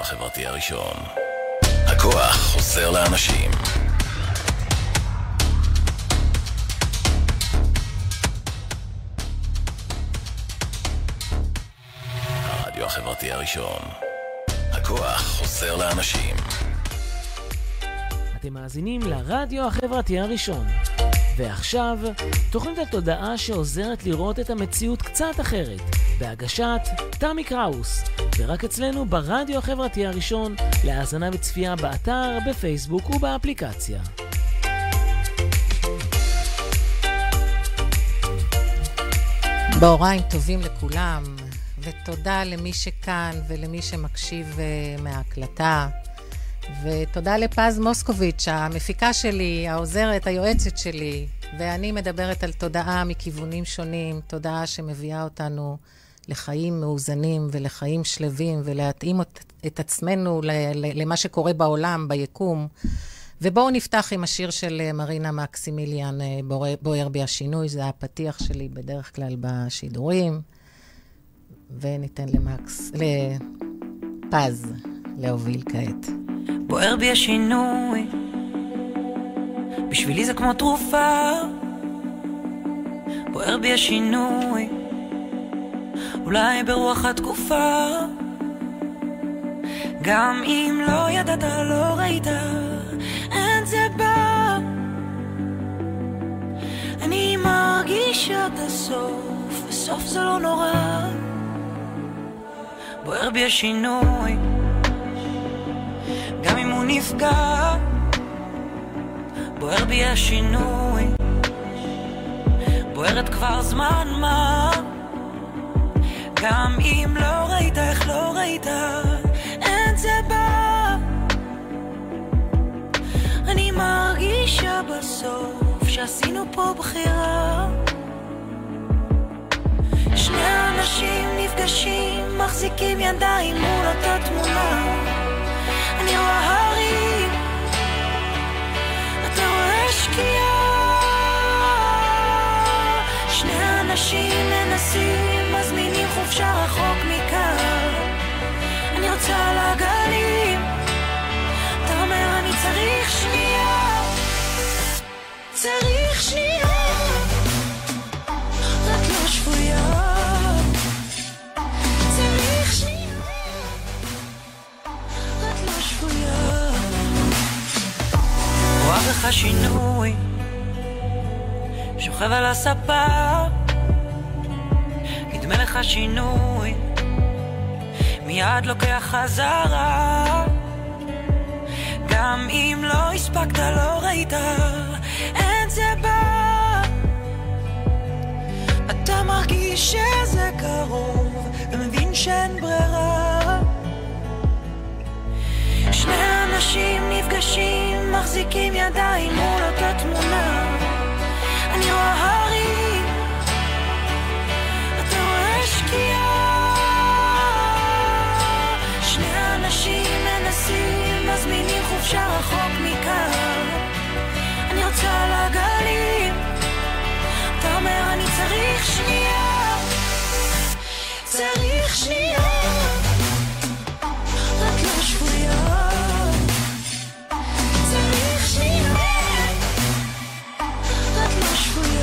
החברתי הראשון. הכוח חוזר לאנשים. הרדיו החברתי הראשון. הכוח חוזר לאנשים. אתם מאזינים לרדיו החברתי הראשון. ועכשיו, תוכנית התודעה שעוזרת לראות את המציאות קצת אחרת, בהגשת תמי קראוס, ורק אצלנו ברדיו החברתי הראשון, להאזנה וצפייה באתר, בפייסבוק ובאפליקציה. בהוריים טובים לכולם, ותודה למי שכאן ולמי שמקשיב מההקלטה. ותודה לפז מוסקוביץ', המפיקה שלי, העוזרת, היועצת שלי, ואני מדברת על תודעה מכיוונים שונים, תודעה שמביאה אותנו לחיים מאוזנים ולחיים שלווים, ולהתאים את עצמנו למה שקורה בעולם, ביקום. ובואו נפתח עם השיר של מרינה מקסימיליאן, בוער בי השינוי, זה הפתיח שלי בדרך כלל בשידורים, וניתן לפז להוביל כעת. בוער בי השינוי, בשבילי זה כמו תרופה. בוער בי השינוי, אולי ברוח התקופה. גם אם לא ידעת, לא ראית, אין זה בא. אני מרגיש עד הסוף, בסוף זה לא נורא. בוער בי השינוי, גם אם הוא נפגע. בוער בי השינוי, בוערת כבר זמן מה. גם אם לא ראית, איך לא ראית, אין זה בא. אני מרגישה בסוף שעשינו פה בחירה. שני אנשים נפגשים, מחזיקים ידיים מול אותה תמונה. אני רואה הרים, אתה רואה שקיעה. שני אנשים מנסים, מזמינים חופשה רחוק מכאן. אני רוצה על הגלים, אתה אומר אני צריך שנייה. צריך שנייה, רק לא שבויה. צריך שנייה, רק לא שבויה. רואה בך שינוי, שוכב על הספה. נדמה לך שינוי, מיד לוקח חזרה. גם אם לא הספקת, לא ראית, אין זה בא. אתה מרגיש שזה קרוב, ומבין שאין ברירה. שני אנשים נפגשים, מחזיקים ידיים מול אותה תמונה. אני רואה הרים, אתה רואה שקיעה. שני אנשים מנסים, מזמינים חופשה רחוק מכאן. אני רוצה על הגלים, אתה אומר אני צריך שנייה. צריך שנייה, רק לא שבויה. צריך שנייה, רק לא שבויה.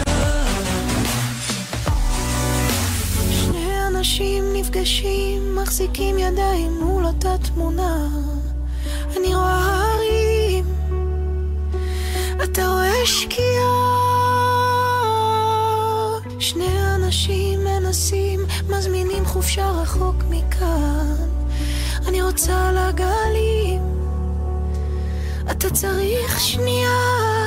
שני אנשים נפגשים, מחזיקים ידיים מול אותה תמונה. אני רואה הרים, אתה רואה שקיעה. שני אנשים מנסים, מזמינים חופשה רחוק מכאן. אני רוצה על הגלים, אתה צריך שנייה.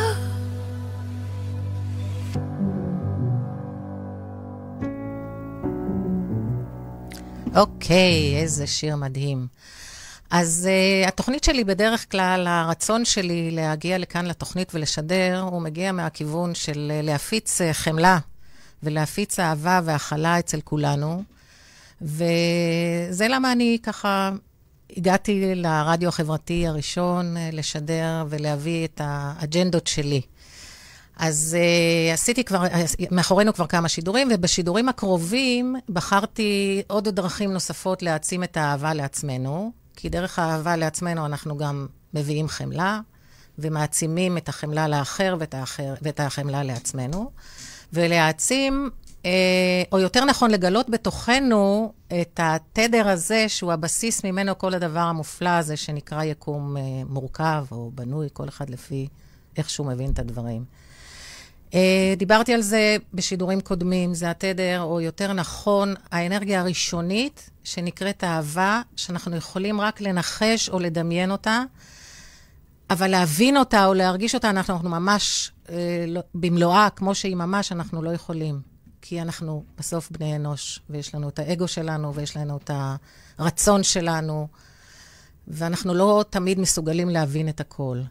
אוקיי, איזה שיר מדהים. אז התוכנית שלי בדרך כלל, הרצון שלי להגיע לכאן לתוכנית ולשדר, הוא מגיע מהכיוון של להפיץ חמלה, ולהפיץ אהבה והחלה אצל כולנו. וזה למה אני ככה הגעתי לרדיו החברתי הראשון לשדר ולהביא את האג'נדות שלי. אז עשיתי כבר, מאחורינו כבר כמה שידורים, ובשידורים הקרובים בחרתי עוד דרכים נוספות להעצים את האהבה לעצמנו, כי דרך האהבה לעצמנו אנחנו גם מביאים חמלה, ומעצימים את החמלה לאחר ואת החמלה לעצמנו, ולהעצים, או יותר נכון לגלות בתוכנו את התדר הזה, שהוא הבסיס ממנו כל הדבר המופלא הזה, שנקרא יקום מורכב או בנוי, כל אחד לפי איך שהוא מבין את הדברים. דיברתי על זה בשידורים קודמים, זה התדר, או יותר נכון, האנרגיה הראשונית, שנקראת אהבה, שאנחנו יכולים רק לנחש או לדמיין אותה, אבל להבין אותה או להרגיש אותה, אנחנו ממש במלואה, כמו שהיא ממש, אנחנו לא יכולים. כי אנחנו בסוף בני אנוש, ויש לנו את האגו שלנו, ויש לנו את הרצון שלנו, ואנחנו לא תמיד מסוגלים להבין את הכל.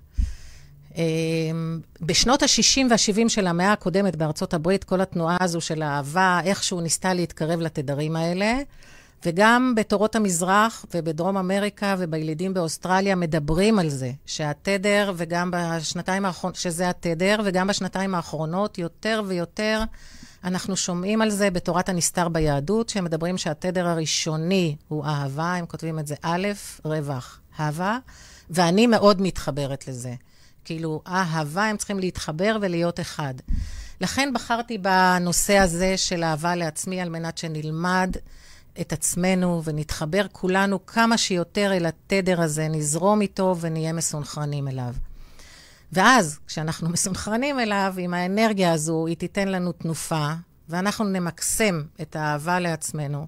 בשנות ה-60 וה-70 של המאה הקודמת בארצות הברית, כל התנועה הזו של האהבה, איכשהו ניסתה להתקרב לתדרים האלה, וגם בתורות המזרח ובדרום אמריקה ובילידים באוסטרליה מדברים על זה, שהתדר וגם בשנתיים האחרונות, שזה התדר, וגם בשנתיים האחרונות יותר ויותר אנחנו שומעים על זה בתורת הנסתר ביהדות, שהם מדברים שהתדר הראשוני הוא אהבה, הם כותבים את זה א', רווח, אהבה, ואני מאוד מתחברת לזה. כאילו, אהבה, הם צריכים להתחבר ולהיות אחד. לכן בחרתי בנושא הזה של אהבה לעצמי, על מנת שנלמד את עצמנו ונתחבר כולנו כמה שיותר אל התדר הזה, נזרום איתו ונהיה מסונכרנים אליו. ואז, כשאנחנו מסונכרנים אליו, עם האנרגיה הזו, היא תיתן לנו תנופה, ואנחנו נמקסם את האהבה לעצמנו,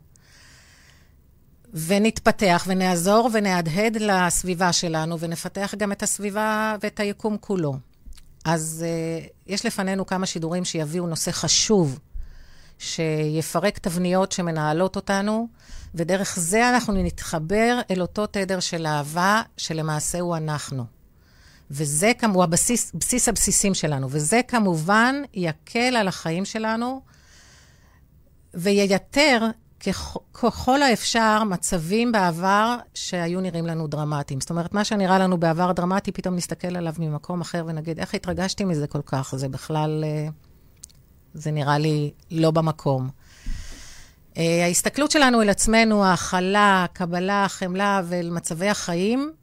ונתפתח ונעזור ונהדהד לסביבה שלנו, ונפתח גם את הסביבה ואת היקום כולו. אז יש לפנינו כמה שידורים שיביאו נושא חשוב, שיפרק תבניות שמנהלות אותנו, ודרך זה אנחנו נתחבר אל אותו תדר של אהבה, שלמעשה הוא אנחנו. וזה כמובן בסיס הבסיסים שלנו, וזה כמובן יקל על החיים שלנו, וייתר ככל האפשר מצבים בעבר שהיו נראים לנו דרמטיים. זאת אומרת, מה שנראה לנו בעבר דרמטי, פתאום נסתכל עליו ממקום אחר ונגיד, איך התרגשתי מזה כל כך? זה בכלל, זה נראה לי לא במקום. ההסתכלות שלנו אל עצמנו, ההכלה, הקבלה, החמלה ואל מצבי החיים,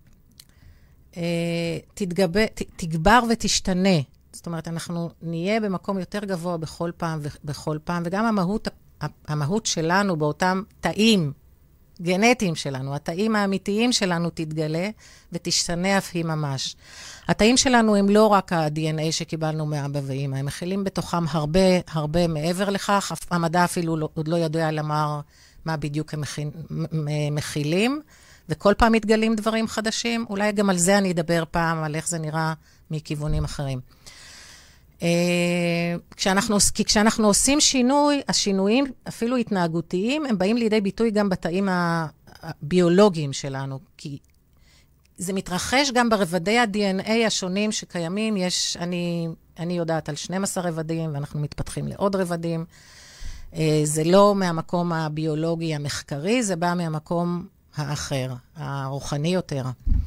תגבר ותשתנה. זאת אומרת, אנחנו נהיה במקום יותר גבוה בכל פעם ובכל פעם, וגם המהות שלנו באותם תאים גנטיים שלנו, התאים האמיתיים שלנו תתגלה ותשתנה אף היא ממש. התאים שלנו הם לא רק ה-DNA שקיבלנו מאבא ואמא, הם מכילים בתוכם הרבה מעבר לכך, המדע אפילו עוד לא יודע לומר מה בדיוק הם מכילים, וכל פעם מתגלים דברים חדשים, אולי גם על זה אני אדבר פעם, על איך זה נראה מכיוונים אחרים. כשאנחנו עושים שינוי, השינויים אפילו התנהגותיים, הם באים לידי ביטוי גם בתאים הביולוגיים שלנו, כי זה מתרחש גם ברבדי ה-DNA השונים שקיימים, אני יודעת על 12 רבדים, ואנחנו מתפתחים לעוד רבדים. זה לא מהמקום הביולוגי המחקרי, זה בא מהמקום האחר, הרוחני יותר.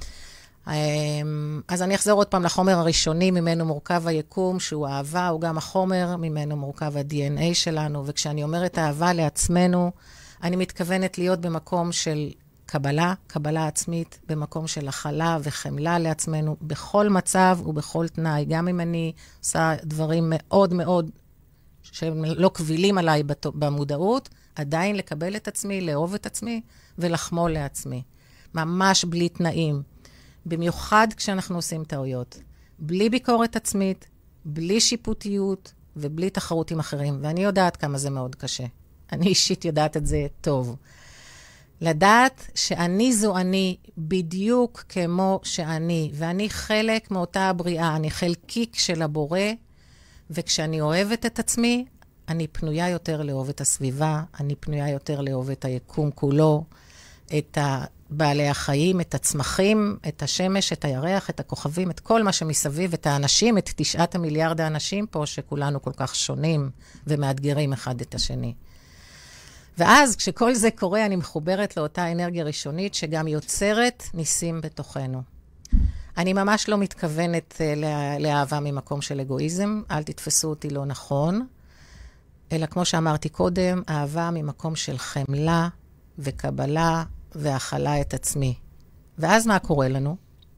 אז אני אחזור עוד פעם לחומר הראשוני, ממנו מורכב היקום, שהוא אהבה, הוא גם החומר, ממנו מורכב ה-DNA שלנו, וכשאני אומרת אהבה לעצמנו, אני מתכוונת להיות במקום של קבלה עצמית, במקום של הכלה וחמלה לעצמנו, בכל מצב ובכל תנאי, גם אם אני עושה דברים מאוד מאוד שהם לא קבילים עליי במודעות, עדיין לקבל את עצמי, לאהוב את עצמי ולחמול לעצמי. ממש בלי תנאים. במיוחד כשאנחנו עושים טעויות. בלי ביקורת עצמית, בלי שיפוטיות ובלי תחרות עם אחרים. ואני יודעת כמה זה מאוד קשה. אני אישית יודעת את זה טוב. לדעת שאני זו אני בדיוק כמו שאני, ואני חלק מאותה הבריאה, אני חלקיק של הבורא, וכשאני אוהבת את עצמי, אני פנויה יותר לאהוב את הסביבה, אני פנויה יותר לאהוב את היקום כולו, את בעלי החיים, את הצמחים, את השמש, את הירח, את הכוכבים, את כל מה שמסביב, את האנשים, את 9 מיליארד האנשים פה, שכולנו כל כך שונים ומאתגרים אחד את השני. ואז כשכל זה קורה, אני מחוברת לאותה אנרגיה ראשונית, שגם יוצרת ניסים בתוכנו. אני ממש לא מתכוונת לאהבה ממקום של אגואיזם, אל תתפסו אותי לא נכון, אלא כמו שאמרתי קודם, אהבה ממקום של חמלה וקבלה והכלה את עצמי. ואז מה קורה לנו?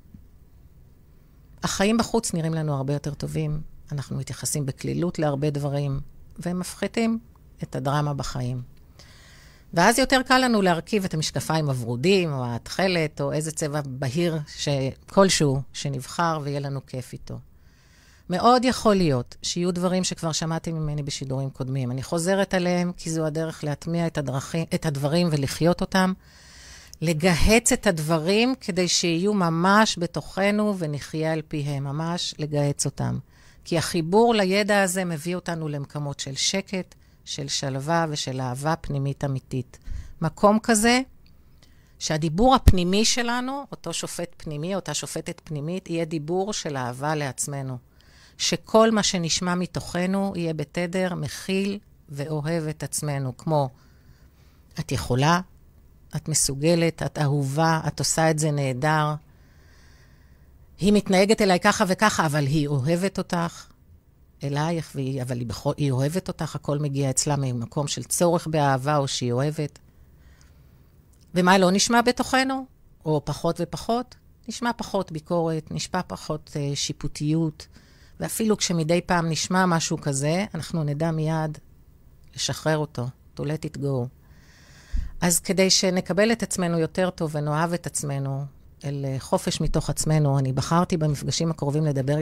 החיים בחוץ נראים לנו הרבה יותר טובים, אנחנו מתייחסים בכלילות להרבה דברים, והם מפחיתים את הדרמה בחיים. ואז יותר קל לנו להרכיב את המשקפיים הוורודים, או התכלת, או איזה צבע בהיר כלשהו שנבחר, ויהיה לנו כיף איתו. מאוד יכול להיות שיהיו דברים שכבר שמעתם ממני בשידורים קודמים. אני חוזרת עליהם, כי זו הדרך להטמיע את הדברים ולחיות אותם, לגהץ את הדברים כדי שיהיו ממש בתוכנו ונחיה על פיהם, ממש לגהץ אותם. כי החיבור לידע הזה מביא אותנו למקומות של שקט, של שלווה ושל אהבה פנימית אמיתית. מקום כזה שהדיבור הפנימי שלנו, אותו שופט פנימי, אותה שופטת פנימית, יהיה דיבור של אהבה לעצמנו. שכל מה שנשמע מתוכנו יהיה בתדר, מכיל ואוהב את עצמנו, כמו את יכולה, את מסוגלת, את אהובה, את עושה את זה נהדר. היא מתנהגת אליי ככה וככה, אבל היא אוהבת אותך אלייך, אבל היא אוהבת אותך, הכל מגיע אצלה ממקום של צורך באהבה או שהיא אוהבת. ומה לא נשמע בתוכנו? או פחות ופחות? נשמע פחות ביקורת, נשמע פחות שיפוטיות, ואפילו כשמדי פעם נשמע משהו כזה, אנחנו נדע מיד לשחרר אותו, to let it go. אז כדי שנקבל את עצמנו יותר טוב ונאהב את עצמנו, אל חופש מתוך עצמנו, אני בחרתי במפגשים הקרובים לדבר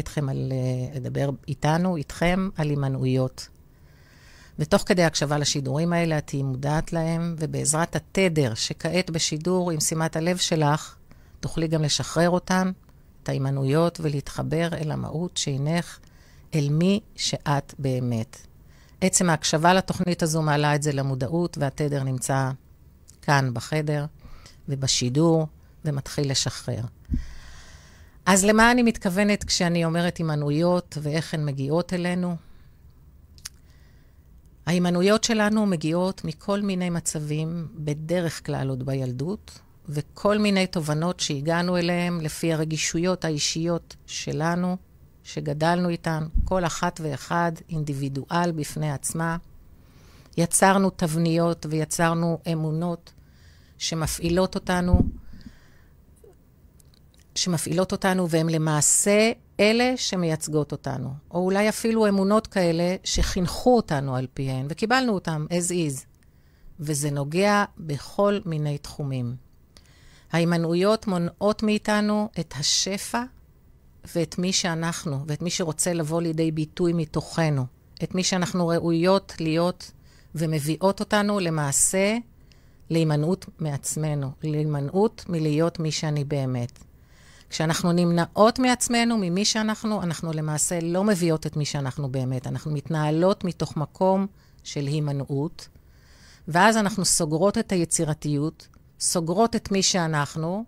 איתכם על הימנעויות. ותוך כדי הקשבה לשידורים האלה, את תהיי מודעת להם, ובעזרת התדר שכעת בשידור עם שימת הלב שלך, תוכלי גם לשחרר אותם, את ההימנעויות, ולהתחבר אל המהות שהינך, אל מי שאת באמת. עצם ההקשבה לתוכנית הזו מעלה את זה למודעות, והתדר נמצא כאן בחדר ובשידור, ומתחיל לשחרר. אז למה אני מתכוונת כשאני אומרת הימנעויות, ואיך הן מגיעות אלינו? ההימנעויות שלנו מגיעות מכל מיני מצבים, בדרך כלל עוד בילדות, וכל מיני תובנות שהגענו אליהם לפי הרגישויות האישיות שלנו, שגדלנו איתן, כל אחת ואחד אינדיבידואל בפני עצמה. יצרנו תבניות ויצרנו אמונות שמפעילות אותנו, והן למעשה אלה שמייצגות אותנו. או אולי אפילו אמונות כאלה שחינכו אותנו על פיהן, וקיבלנו אותם as is. וזה נוגע בכל מיני תחומים. ההימנעויות מונעות מאיתנו את השפע, ואת מי שאנחנו, ואת מי שרוצה לבוא לידי ביטוי מתוכנו. את מי שאנחנו ראויות להיות, ומביאות אותנו למעשה להימנעות מעצמנו, להימנעות מלהיות מי שאני באמת. כשאנחנו נמנעות מעצמנו, ממי שאנחנו, אנחנו למעשה לא מביאות את מי שאנחנו באמת. אנחנו מתנהלות מתוך מקום של הימנעות, ואז אנחנו סוגרות את היצירתיות, סוגרות את מי שאנחנו,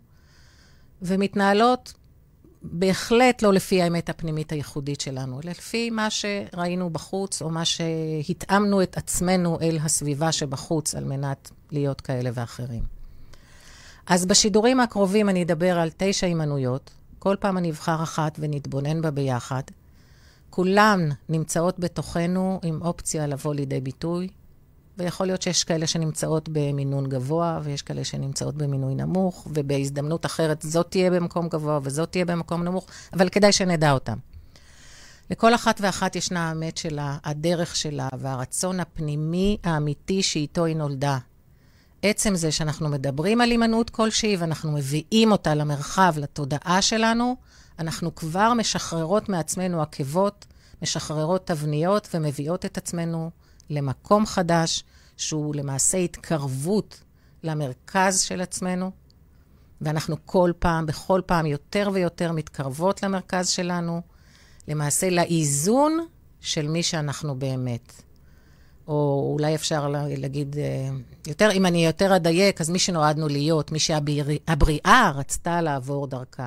ומתנהלות בהחלט לא לפי האמת הפנימית הייחודית שלנו, אלא לפי מה שראינו בחוץ, או מה שהתאמנו את עצמנו אל הסביבה שבחוץ, על מנת להיות כאלה ואחרים. אז בשידורים הקרובים אני אדבר על 9 הימנעויות, כל פעם אני אבחר אחת ונתבונן בה ביחד. כולן נמצאות בתוכנו עם אופציה לבוא לידי ביטוי, ויכול להיות שיש כאלה שנמצאות במינון גבוה, ויש כאלה שנמצאות במינוי נמוך, ובהזדמנות אחרת זאת תהיה במקום גבוה, וזאת תהיה במקום נמוך, אבל כדאי שנדע אותם. לכל אחת ואחת ישנה האמת שלה, הדרך שלה, והרצון הפנימי האמיתי שאיתו היא נולדה. עצם זה שאנחנו מדברים על הימנעות כלשהי, ואנחנו מביאים אותה למרחב, לתודעה שלנו, אנחנו כבר משחררות מעצמנו עקבות, משחררות תבניות, ומביאות את עצמנו למקום חדש, שהוא למעשה התקרבות למרכז של עצמנו, ואנחנו בכל פעם יותר ויותר מתקרבות למרכז שלנו, למעשה לאיזון של מי שאנחנו באמת. או אולי אפשר להגיד, אם אני יותר אדייק, אז מי שנועדנו להיות, מי שהבריאה רצתה לעבור דרכה.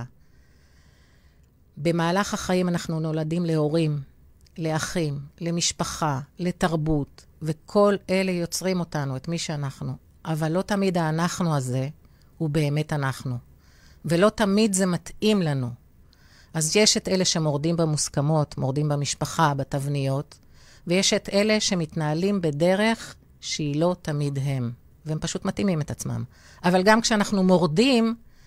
במהלך החיים אנחנו נולדים להורים, לאחים, למשפחה, לתרבות, וכל אלה יוצרים אותנו, את מי שאנחנו. אבל לא תמיד האנחנו הזה הוא באמת אנחנו. ולא תמיד זה מתאים לנו. אז יש את אלה שמורדים במוסכמות, מורדים במשפחה, בתבניות, ויש את אלה שמתנהלים בדרך שהיא לא תמיד הם. והם פשוט מתאימים את עצמם. אבל גם כשאנחנו מורדים,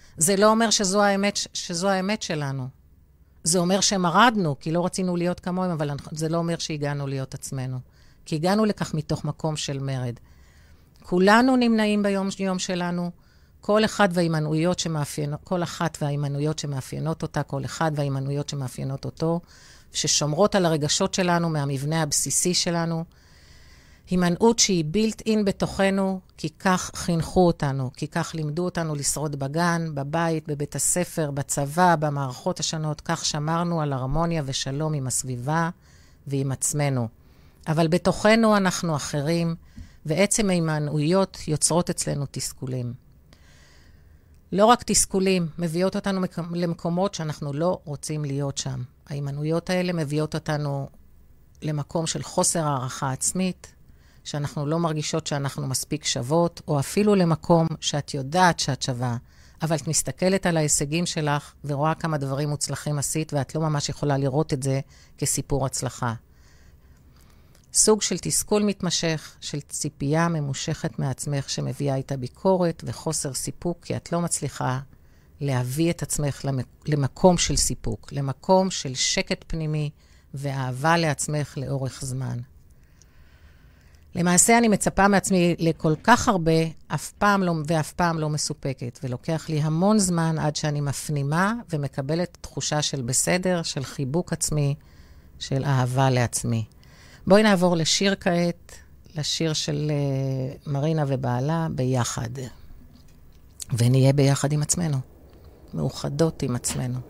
זה לא אומר שזו האמת שלנו. זה אומר שמרדנו, כי לא רצינו להיות כמוהם, אבל זה לא אומר שהגענו להיות עצמנו. כי הגענו לכך מתוך מקום של מרד. כולנו נמנעים ביום שלנו, כל אחת והאימנויות שמאפיינות אותה, כל אחד והאימנויות שמאפיינות אותו, ששומרות על הרגשות שלנו מהמבנה הבסיסי שלנו, הימנעות שהיא בילט אין בתוכנו, כי כך חינכו אותנו, כי כך לימדו אותנו לשרוד בגן, בבית, בבית הספר, בצבא, במערכות השונות, כך שמרנו על הרמוניה ושלום עם הסביבה ועם עצמנו. אבל בתוכנו אנחנו אחרים, ועצם ההימנעויות יוצרות אצלנו תסכולים. לא רק תסכולים, מביאות אותנו למקומות שאנחנו לא רוצים להיות שם. ההימנעויות האלה מביאות אותנו למקום של חוסר הערכה עצמית, שאנחנו לא מרגישות שאנחנו מספיק שוות, או אפילו למקום שאת יודעת שאת שווה, אבל את מסתכלת על ההישגים שלך ורואה כמה דברים מוצלחים עשית, ואת לא ממש יכולה לראות את זה כסיפור הצלחה. סוג של תסכול מתמשך, של ציפייה ממושכת מעצמך שמביאה איתה ביקורת וחוסר סיפוק, כי את לא מצליחה להביא את עצמך למקום של סיפוק, למקום של שקט פנימי ואהבה לעצמך לאורך זמן. למעשה אני מצפה מעצמי לכל כך הרבה, אף פעם לא מסופקת, ולוקח לי המון זמן עד שאני מפנימה ומקבלת תחושה של בסדר, של חיבוק עצמי, של אהבה לעצמי. בואי נעבור לשיר כעת, לשיר של מרינה ובעלה ביחד. ונהיה ביחד עם עצמנו, מאוחדות עם עצמנו.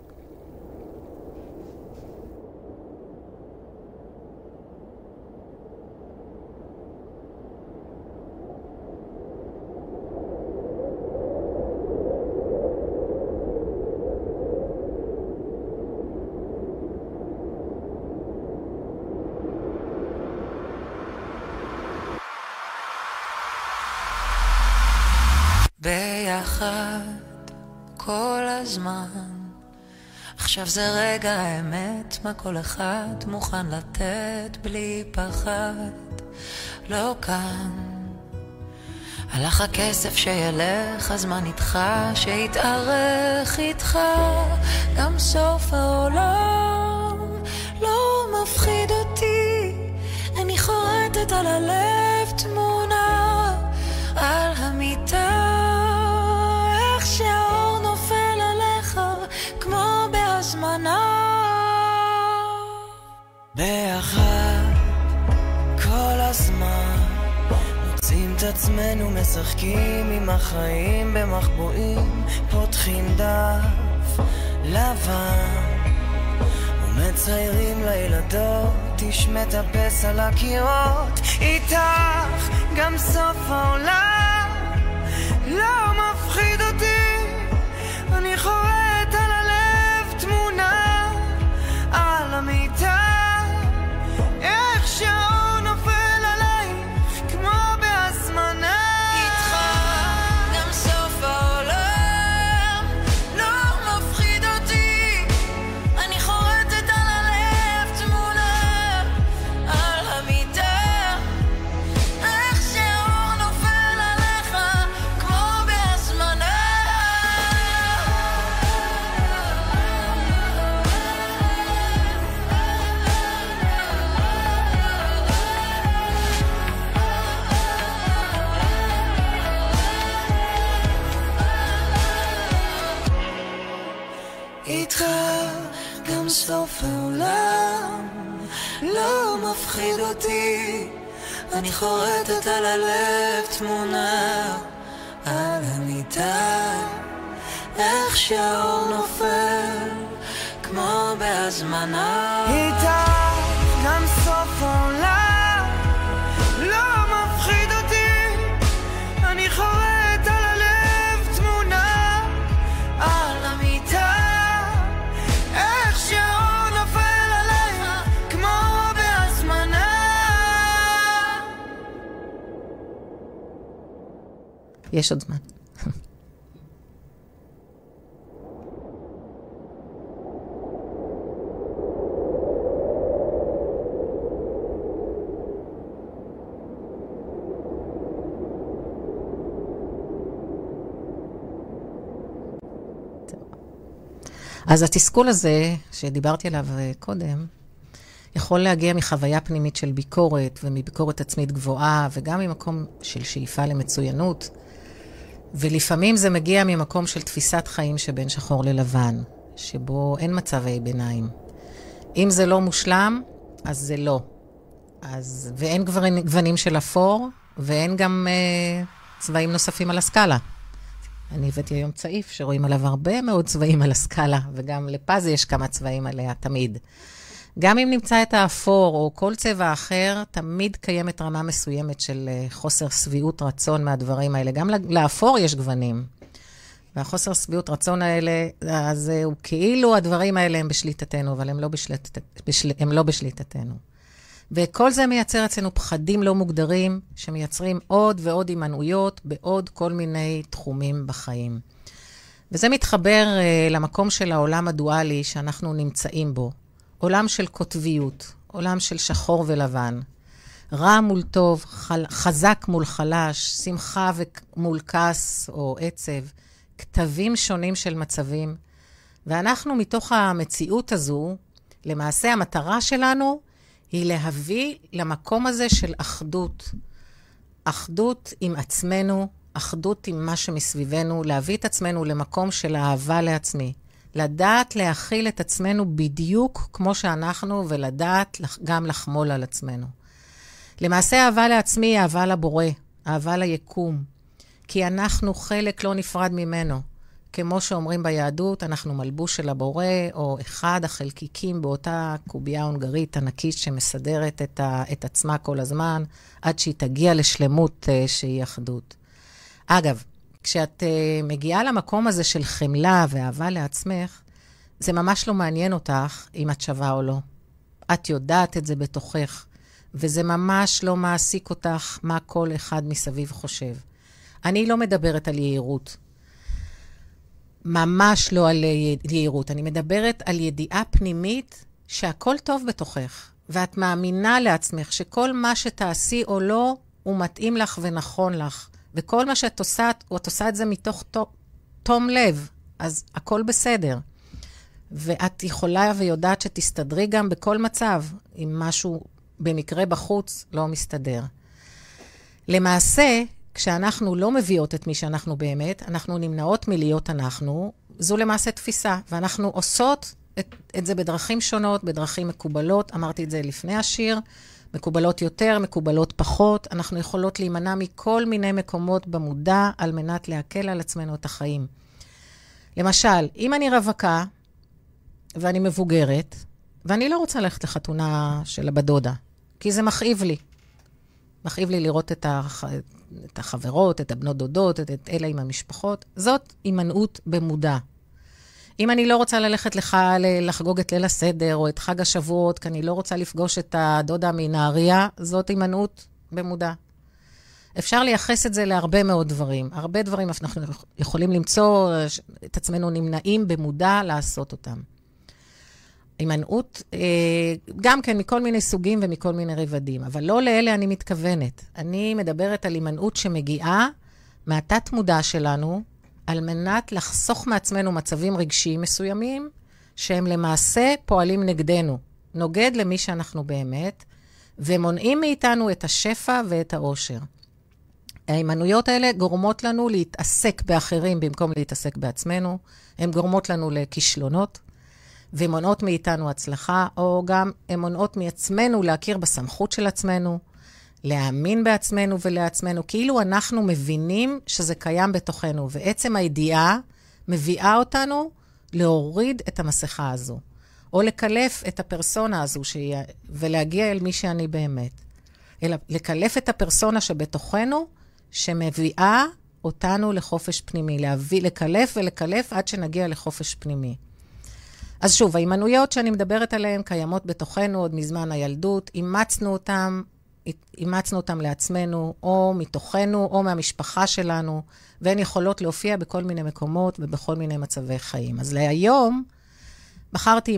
ביחד כל הזמן, עכשיו זה רגע האמת, מה כל אחד מוכן לתת בלי פחד. לא כאן הלך הכסף שילך, הזמן איתך שיתארך איתך, גם סוף העולם לא מפחיד אותי. אני חורטת על הלב תמונה על המיטה, איך שהאור נופל עליך כמו בהזמנה. ביחד כל הזמן מוצאים את עצמנו משחקים עם החיים במחבואים, פותחים דף לבן ומציירים לילדות, תשמע טפס על הקירות. איתך גם סוף העולם לא מפחיד אותי. אני חורט על הלב תמונה על המיטה, איך שהאור נופל עלייך כמו בהזמנה. איתך גם סוף העולם לא מפחיד אותי. אני חורטת על הלב תמונה על המיטה, איך שהאור נופל עליך כמו בהזמנה. איתך גם סוף העולם לא מפחיד אותי. אני חורטת על הלב תמונה על המיטה, איך שהאור נופל כמו בהזמנה. איתך גם סוף העולם לא מפחיד אותי. אני חורט על הלב תמונה על המיטה, איך שהאור נופל עליך כמו בהזמנה. יש עוד זמן. אז התסכול הזה, שדיברתי עליו קודם, יכול להגיע מחוויה פנימית של ביקורת, ומביקורת עצמית גבוהה, וגם ממקום של שאיפה למצוינות. ולפעמים זה מגיע ממקום של תפיסת חיים שבין שחור ללבן, שבו אין מצבי ביניים. אם זה לא מושלם, אז זה לא. ואין גוונים של אפור, ואין גם צבעים נוספים על הסקאלה. אני הבאתי היום צעיף שרואים עליו הרבה מאוד צבעים על הסקאלה, וגם לפז יש כמה צבעים עליה, תמיד. גם אם נמצא את האפור או כל צבע אחר, תמיד קיימת רמה מסוימת של חוסר סביעות רצון מהדברים האלה. גם לאפור יש גוונים. והחוסר סביעות רצון האלה, אז הוא כאילו הדברים האלה הם בשליטתנו, אבל הם לא בשליטתנו. וכל זה מייצר אצלנו פחדים לא מוגדרים, שמייצרים עוד ועוד הימנעויות בעוד כל מיני תחומים בחיים. וזה מתחבר למקום של העולם הדואלי שאנחנו נמצאים בו. עולם של כותביות, עולם של שחור ולבן. רע מול טוב, חזק מול חלש, שמחה מול כעס או עצב, כתבים שונים של מצבים. ואנחנו מתוך המציאות הזו, למעשה המטרה שלנו היא להביא למקום הזה של אחדות. אחדות עם עצמנו, אחדות עם מה שמסביבנו, להביא את עצמנו למקום של אהבה לעצמי. לדעת להכיל את עצמנו בדיוק כמו שאנחנו, ולדעת גם לחמול על עצמנו. למעשה אהבה לעצמי היא אהבה לבורא, אהבה ליקום. כי אנחנו חלק לא נפרד ממנו. כמו שאומרים ביהדות, אנחנו מלבוש של הבורא, או אחד החלקיקים באותה קובייה הונגרית ענקית שמסדרת את עצמה כל הזמן, עד שהיא תגיע לשלמות שהיא אחדות. אגב, כשאת מגיעה למקום הזה של חמלה ואהבה לעצמך, זה ממש לא מעניין אותך אם את שווה או לא. את יודעת את זה בתוכך, וזה ממש לא מעסיק אותך מה כל אחד מסביב חושב. אני לא מדברת על יהירות. ממש לא על יהירות. אני מדברת על ידיעה פנימית שהכל טוב בתוכך, ואת מאמינה לעצמך שכל מה שתעשי או לא, הוא מתאים לך ונכון לך. וכל מה שאת עושה, את עושה את זה מתוך תום לב, אז הכל בסדר. ואת יכולה ויודעת שתסתדרי גם בכל מצב, אם משהו במקרה בחוץ לא מסתדר. למעשה, כשאנחנו לא מביאות את מי שאנחנו באמת, אנחנו נמנעות מלהיות אנחנו, זו למעשה תפיסה, ואנחנו עושות את זה בדרכים שונות, בדרכים מקובלות, אמרתי את זה לפני השיר, מקובלות יותר, מקובלות פחות, אנחנו יכולות להימנע מכל מיני מקומות במודע, על מנת להקל על עצמנו את החיים. למשל, אם אני רווקה, ואני מבוגרת, ואני לא רוצה ללכת לחתונה של הבדודה, כי זה מכאיב לי. מכאיב לי לראות את החברות, את הבנות דודות, את אלה עם המשפחות. זאת הימנעות במודע. אם אני לא רוצה ללכת לחגוג את ליל הסדר, או את חג השבועות, כי אני לא רוצה לפגוש את הדודה מנהריה, זאת הימנעות במודע. אפשר לייחס את זה להרבה מאוד דברים. הרבה דברים אנחנו יכולים למצוא את עצמנו נמנעים במודע לעשות אותם. הימנעות, גם כן מכל מיני סוגים ומכל מיני רבדים, אבל לא לאלה אני מתכוונת. אני מדברת על הימנעות שמגיעה מהתת מודע שלנו, על מנת לחסוך מעצמנו מצבים רגשיים מסוימים, שהם למעשה פועלים נגדנו, נוגד למי שאנחנו באמת, ומונעים מאיתנו את השפע ואת העושר. ההימנעויות האלה גורמות לנו להתעסק באחרים במקום להתעסק בעצמנו, הן גורמות לנו לכישלונות, ומונעות מאיתנו הצלחה, או גם הן מונעות מעצמנו להכיר בסמכות של עצמנו, להאמין בעצמנו ולעצמנו, כאילו אנחנו מבינים שזה קיים בתוכנו, ועצם הידיעה מביאה אותנו להוריד את המסכה הזו, או לקלף את הפרסונה הזו, ולהגיע אל מי שאני באמת. אלא לקלף את הפרסונה שבתוכנו, שמביאה אותנו לחופש פנימי, לקלף ולקלף עד שנגיע לחופש פנימי. אז שוב, ההימנעויות שאני מדברת עליהן קיימות בתוכנו עוד מזמן הילדות, אימצנו אותם לעצמנו, או מתוכנו, או מהמשפחה שלנו, והן יכולות להופיע בכל מיני מקומות ובכל מיני מצבי חיים. אז להיום בחרתי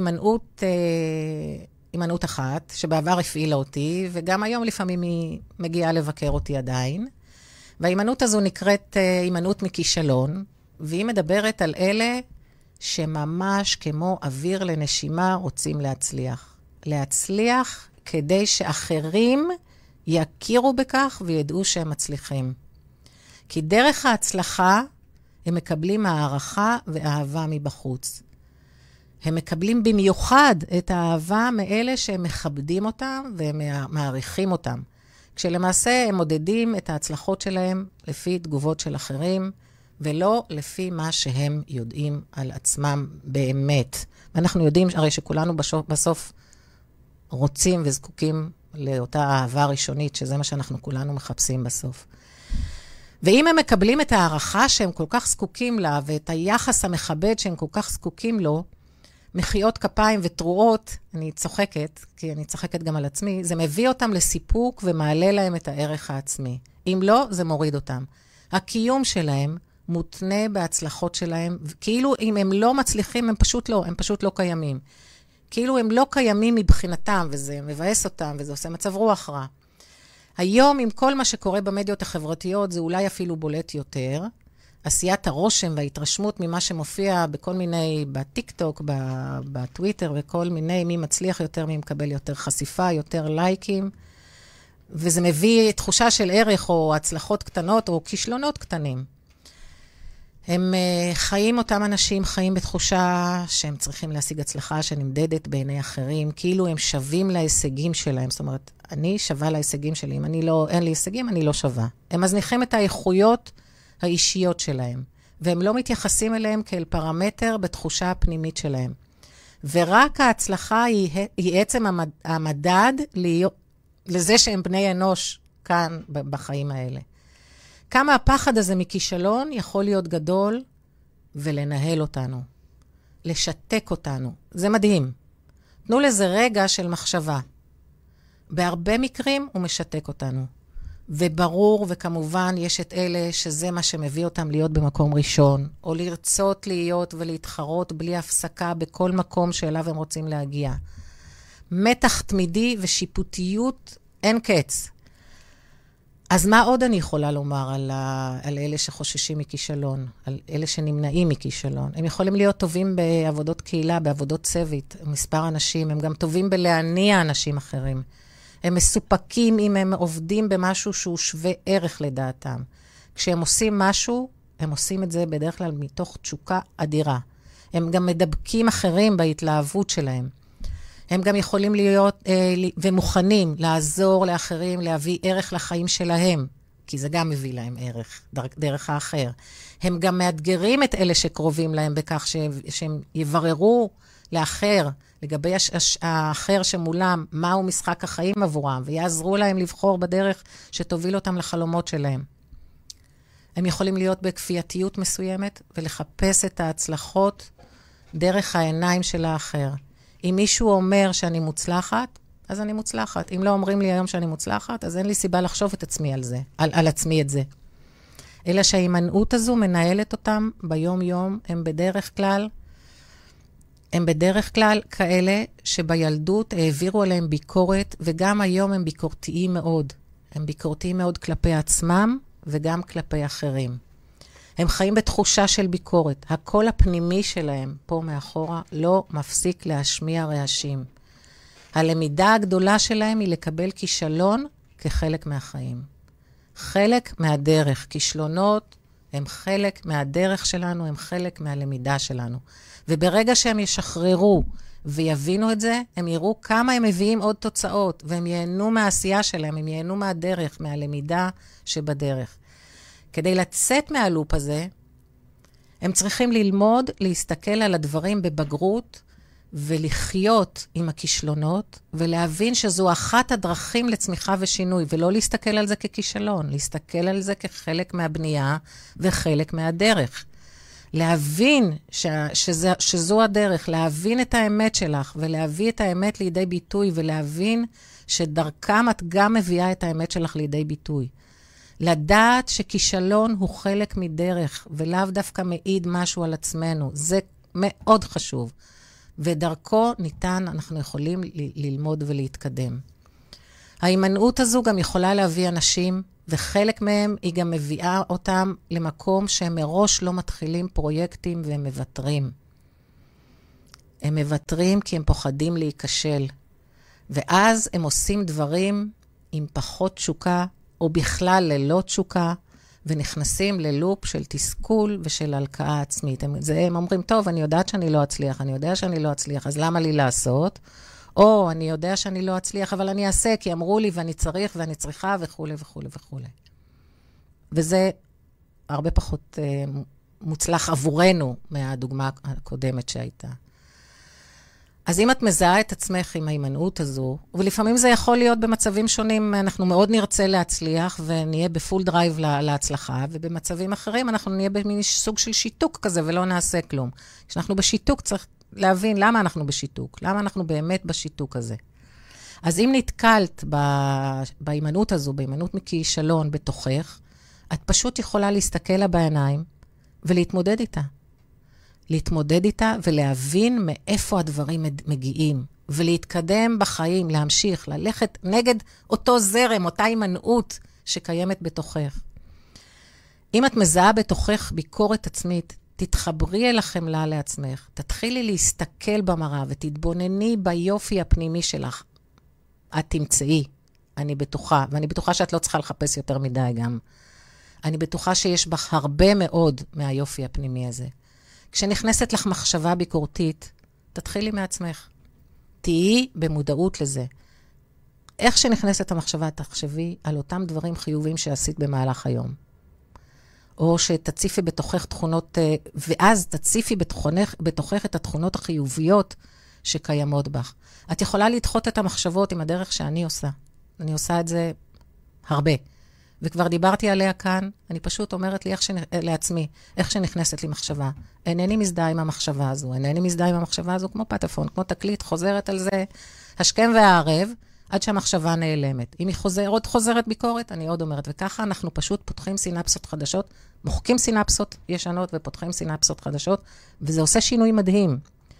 הימנעות אחת, שבעבר הפעילה אותי, וגם היום לפעמים היא מגיעה לבקר אותי עדיין. וההימנעות הזו נקראת הימנעות מכישלון, והיא מדברת על אלה שממש כמו אוויר לנשימה רוצים להצליח. להצליח כדי שאחרים יכירו בכך וידעו שהם מצליחים. כי דרך ההצלחה הם מקבלים הערכה ואהבה מבחוץ. הם מקבלים במיוחד את האהבה מאלה שהם מכבדים אותם והם מעריכים אותם. כשלמעשה הם מודדים את ההצלחות שלהם לפי תגובות של אחרים, ולא לפי מה שהם יודעים על עצמם באמת. ואנחנו יודעים הרי שכולנו בסוף רוצים וזקוקים לאותה אהבה ראשונית, שזה מה שאנחנו כולנו מחפשים בסוף. ואם הם מקבלים את הערכה שהם כל כך זקוקים לה, ואת היחס המכבד שהם כל כך זקוקים לו, מחיאות כפיים ותרועות, אני צוחקת, כי אני צוחקת גם על עצמי, זה מביא אותם לסיפוק ומעלה להם את הערך העצמי. אם לא, זה מוריד אותם. הקיום שלהם מותנה בהצלחות שלהם, כאילו אם הם לא מצליחים, הם פשוט לא קיימים. כאילו הם לא קיימים מבחינתם, וזה מבאס אותם, וזה עושה מצב רוח רע. היום, עם כל מה שקורה במדיות החברתיות, זה אולי אפילו בולט יותר. עשיית הרושם וההתרשמות ממה שמופיע בכל מיני, בטיק-טוק, בטוויטר, וכל מיני, מי מצליח יותר, מי מקבל יותר חשיפה, יותר לייקים. וזה מביא תחושה של ערך, או הצלחות קטנות, או כישלונות קטנים. הם חיים, אותם אנשים חיים בתחושה שהם צריכים להשיג הצלחה שנמדדת בעיני אחרים, כאילו הם שווים להישגים שלהם. זאת אומרת, אני שווה להישגים שלי. אם אין לי הישגים, אני לא שווה. הם מזניחים את האיכויות האישיות שלהם, והם לא מתייחסים אליהם כאל פרמטר בתחושה הפנימית שלהם. ורק ההצלחה היא עצם המדד לזה שהם בני אנוש כאן בחיים האלה. כמה הפחד הזה מכישלון יכול להיות גדול ולנהל אותנו, לשתק אותנו. זה מדהים. תנו לזה רגע של מחשבה. בהרבה מקרים הוא משתק אותנו. וברור, וכמובן יש את אלה שזה מה שמביא אותם להיות במקום ראשון, או לרצות להיות ולהתחרות בלי הפסקה בכל מקום שאליו הם רוצים להגיע. מתח תמידי ושיפוטיות אין קץ. אז מה עוד אני יכולה לומר על אלה שחוששים מכישלון, על אלה שנמנעים מכישלון? הם יכולים להיות טובים בעבודות קהילה, בעבודות צוות, מספר אנשים, הם גם טובים בלהניע אנשים אחרים. הם מסופקים אם הם עובדים במשהו שהוא שווה ערך לדעתם. כשהם עושים משהו, הם עושים את זה בדרך כלל מתוך תשוקה אדירה. הם גם מדבקים אחרים בהתלהבות שלהם. הם גם יכולים להיות ומוכנים לעזור לאחרים, להביא ערך לחיים שלהם, כי זה גם מביא להם ערך, דרך האחר. הם גם מאתגרים את אלה שקרובים להם בכך שהם יבררו לאחר, לגבי האחר שמולם, מהו משחק החיים עבורם, ויעזרו להם לבחור בדרך שתוביל אותם לחלומות שלהם. הם יכולים להיות בכפייתיות מסוימת, ולחפש את ההצלחות דרך העיניים של האחר. אם מישהו אומר שאני מוצלחת, אז אני מוצלחת. אם לא אומרים לי היום שאני מוצלחת, אז אין לי סיבה לחשוב את עצמי על זה, על עצמי את זה. אלא שההימנעות הזו מנהלת אותם ביום יום, הם בדרך כלל כאלה שבילדות העבירו עליהם ביקורת, וגם היום הם ביקורתיים מאוד. הם ביקורתיים מאוד כלפי עצמם, וגם כלפי אחרים. הם חיים בתחושה של ביקורת. הקול הפנימי שלהם, פה מאחורה, לא מפסיק להשמיע רעשים. הלמידה הגדולה שלהם היא לקבל כישלון כחלק מהחיים. חלק מהדרך. כישלונות הם חלק מהדרך שלנו, הם חלק מהלמידה שלנו. וברגע שהם ישחררו ויבינו את זה, הם יראו כמה הם מביאים עוד תוצאות, והם ייהנו מהעשייה שלהם, הם ייהנו מהדרך, מהלמידה שבדרך. כדי לצאת מהלופ הזה, הם צריכים ללמוד, להסתכל על הדברים בבגרות, ולחיות עם הכישלונות, ולהבין שזו אחת הדרכים לצמיחה ושינוי, ולא להסתכל על זה ככישלון, להסתכל על זה כחלק מהבנייה וחלק מהדרך. להבין שזו הדרך, להבין את האמת שלך, ולהביא את האמת לידי ביטוי, ולהבין שדרכם את גם מביאה את האמת שלך לידי ביטוי. לדעת שכישלון הוא חלק מדרך, ולאו דווקא מעיד משהו על עצמנו. זה מאוד חשוב. ודרכו ניתן, אנחנו יכולים ללמוד ולהתקדם. ההימנעות הזו גם יכולה להביא אנשים, וחלק מהם היא גם מביאה אותם למקום שהם מראש לא מתחילים פרויקטים והם מבטרים. הם מוותרים כי הם פוחדים להיכשל. ואז הם עושים דברים עם פחות תשוקה, או בכלל ללא תשוקה, ונכנסים ללופ של תסכול ושל הלקאה עצמית. הם אומרים, טוב, אני יודעת שאני לא אצליח, אני יודע שאני לא אצליח, אז למה לי לעשות? או, אני יודע שאני לא אצליח, אבל אני אעשה, כי אמרו לי ואני צריך ואני צריכה וכו' וכו' וכו'. וזה הרבה פחות מוצלח עבורנו מהדוגמה הקודמת שהייתה. אז אם את מזהה את עצמך עם ההימנעות הזו, ולפעמים זה יכול להיות במצבים שונים, אנחנו מאוד נרצה להצליח, ונהיה בפול דרייב להצלחה, ובמצבים אחרים אנחנו נהיה במין סוג של שיתוק כזה, ולא נעשה כלום. כשאנחנו בשיתוק צריך להבין למה אנחנו בשיתוק, למה אנחנו באמת בשיתוק הזה. אז אם נתקלת בהימנעות הזו, בהימנעות מכישלון בתוכך, את פשוט יכולה להסתכל לה בעיניים, ולהתמודד איתה. להתמודד איתה ולהבין מאיפה הדברים מגיעים, ולהתקדם בחיים, להמשיך, ללכת נגד אותו זרם, אותה הימנעות שקיימת בתוכך. אם את מזהה בתוכך ביקורת עצמית, תתחברי אל החמלה לעצמך, תתחילי להסתכל במראה ותתבונני ביופי הפנימי שלך. את תמצאי, אני בטוחה, ואני בטוחה שאת לא צריכה לחפש יותר מדי גם. אני בטוחה שיש בך הרבה מאוד מהיופי הפנימי הזה. כשנכנסת לך מחשבה ביקורתית, תתחילי מעצמך. תהיי במודעות לזה. איך שנכנסת המחשבה, תחשבי על אותם דברים חיוביים שעשית במהלך היום. או שתציפי בתוכך תכונות, ואז תציפי בתוכך את התכונות החיוביות שקיימות בך. את יכולה לדחות את המחשבות עם הדרך שאני עושה. אני עושה את זה הרבה. וכבר דיברתי עליה כאן, אני פשוט אומרת לי לעצמי, איך שנכנסת לי מחשבה. אינני מזדהה עם המחשבה הזו, אינני מזדהה עם המחשבה הזו כמו פטפון, כמו תקליט, חוזרת על זה השכם והערב, עד שהמחשבה נעלמת. אם היא עוד חוזרת ביקורת, אני עוד אומרת, וככה אנחנו פשוט פותחים סינפסות חדשות, מוחקים סינפסות ישנות ופותחים סינפסות חדשות, וזה עושה שינוי מדהים.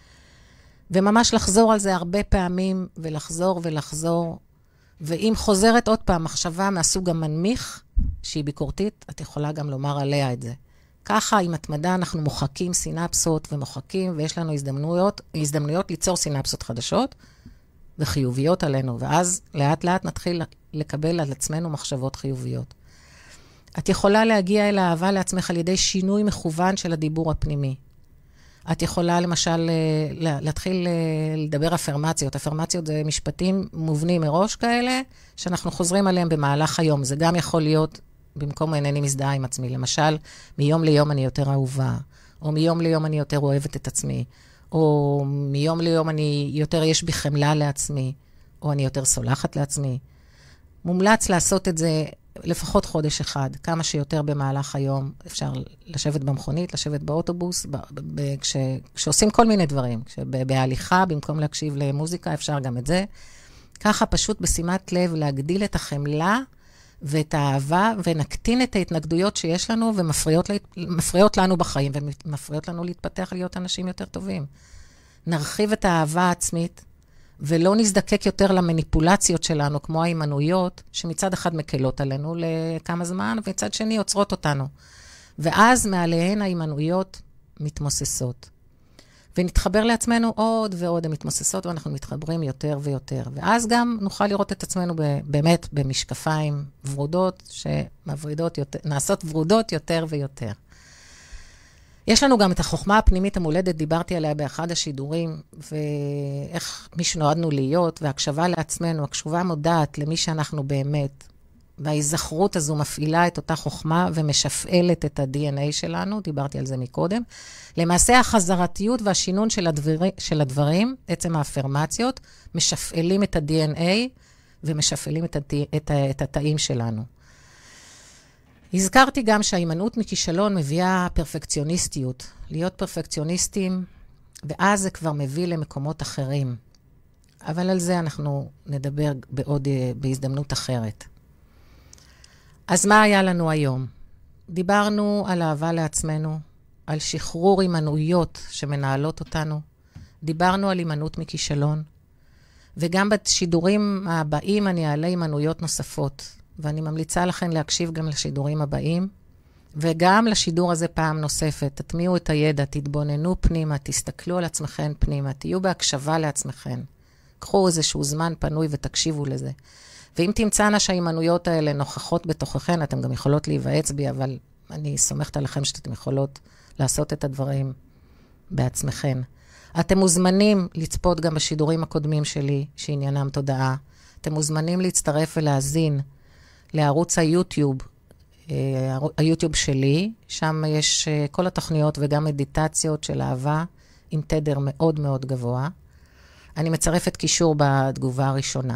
וממש לחזור על זה הרבה פעמים, ולחזור ולחזור, ואם חוזרת עוד פעם מחשבה מהסוג המנמיך, שהיא ביקורתית, את יכולה גם לומר עליה את זה. ככה, עם התמדה, אנחנו מוחקים סינפסות ומוחקים, ויש לנו הזדמנויות ליצור סינפסות חדשות, וחיוביות עלינו, ואז לאט לאט נתחיל לקבל על עצמנו מחשבות חיוביות. את יכולה להגיע אל האהבה לעצמך על ידי שינוי מכוון של הדיבור הפנימי. את יכולה למשל להתחיל לדבר אפרמציות. אפרמציות זה משפטים מובנים מראש כאלה, שאנחנו חוזרים עליהם במהלך היום. זה גם יכול להיות במקום אינני מזדהה עם עצמי. למשל, מיום ליום אני יותר אהובה, או מיום ליום אני יותר אוהבת את עצמי, או מיום ליום אני יותר יש בי חמלה לעצמי, או אני יותר סולחת לעצמי. מומלץ לעשות את זה לפחות חודש אחד, כמה שיותר במהלך היום. אפשר לשבת במכונית, לשבת באוטובוס, כשעושים כל מיני דברים. בהליכה, במקום להקשיב למוזיקה, אפשר גם את זה. ככה פשוט בשימת לב להגדיל את החמלה ואת האהבה, ונקטין את ההתנגדויות שיש לנו, ומפריעות לנו בחיים, ומפריעות לנו להתפתח להיות אנשים יותר טובים. נרחיב את האהבה העצמית, ולא נזדקק יותר למניפולציות שלנו, כמו ההימנויות, שמצד אחד מקלות עלינו לכמה זמן, ומצד שני יוצרות אותנו. ואז מעליהן ההימנויות מתמוססות. ונתחבר לעצמנו עוד ועוד המתמוססות, ואנחנו מתחברים יותר ויותר. ואז גם נוכל לראות את עצמנו באמת במשקפיים ורודות, נעשות ורודות יותר ויותר. יש לנו גם את החוכמה הפנימית המולדת, דיברתי עליה באחד השידורים, ואיך מי שנועדנו להיות, והקשבה לעצמנו, הקשבה מודעת למי שאנחנו באמת, וההיזכרות הזו מפעילה את אותה חוכמה ומשפעלת את ה-DNA שלנו, דיברתי על זה מקודם. למעשה החזרתיות והשינון של הדברים, עצם האפרמציות, משפעלים את ה-DNA ומשפעלים את התאים שלנו. הזכרתי גם שההימנעות מכישלון מביאה פרפקציוניסטיות. להיות פרפקציוניסטים, ואז זה כבר מביא למקומות אחרים. אבל על זה אנחנו נדבר בהזדמנות אחרת. אז מה היה לנו היום? דיברנו על אהבה לעצמנו, על שחרור הימנעויות שמנהלות אותנו. דיברנו על הימנעות מכישלון. וגם בשידורים הבאים אני אעלה הימנעויות נוספות. ואני ממליצה לכם להקשיב גם לשידורים הבאים. וגם לשידור הזה פעם נוספת, תטמיעו את הידע, תתבוננו פנימה, תסתכלו על עצמכם פנימה, תהיו בהקשבה לעצמכם. קחו איזשהו זמן פנוי ותקשיבו לזה. ואם תמצאנה שהאימנויות האלה נוכחות בתוככן, אתם גם יכולות להיוועץ בי, אבל אני סומכת עליכם שאתם יכולות לעשות את הדברים בעצמכם. אתם מוזמנים לצפות גם בשידורים הקודמים שלי, שעניינם תודעה. אתם מוזמנים להצטרף ולהזין לערוץ היוטיוב, היוטיוב שלי, שם יש כל התוכניות וגם מדיטציות של אהבה, עם תדר מאוד מאוד גבוה. אני מצרפת קישור בתגובה הראשונה.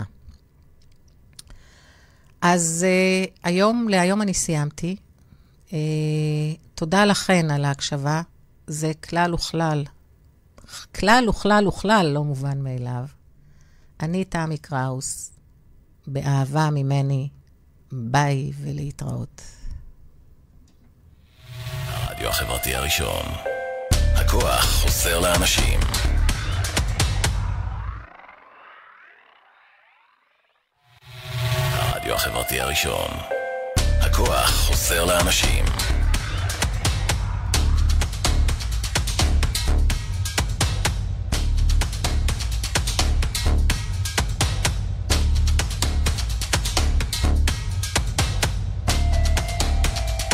אז להיום אני סיימתי. תודה לכן על ההקשבה. זה כלל וכלל. כלל וכלל וכלל לא מובן מאליו. אני תמי קראוס, באהבה ממני, ביי ולהתראות. הרדיו החברתי הראשון. הכוח חוסר לאנשים. הרדיו החברתי הראשון. הכוח חוסר לאנשים.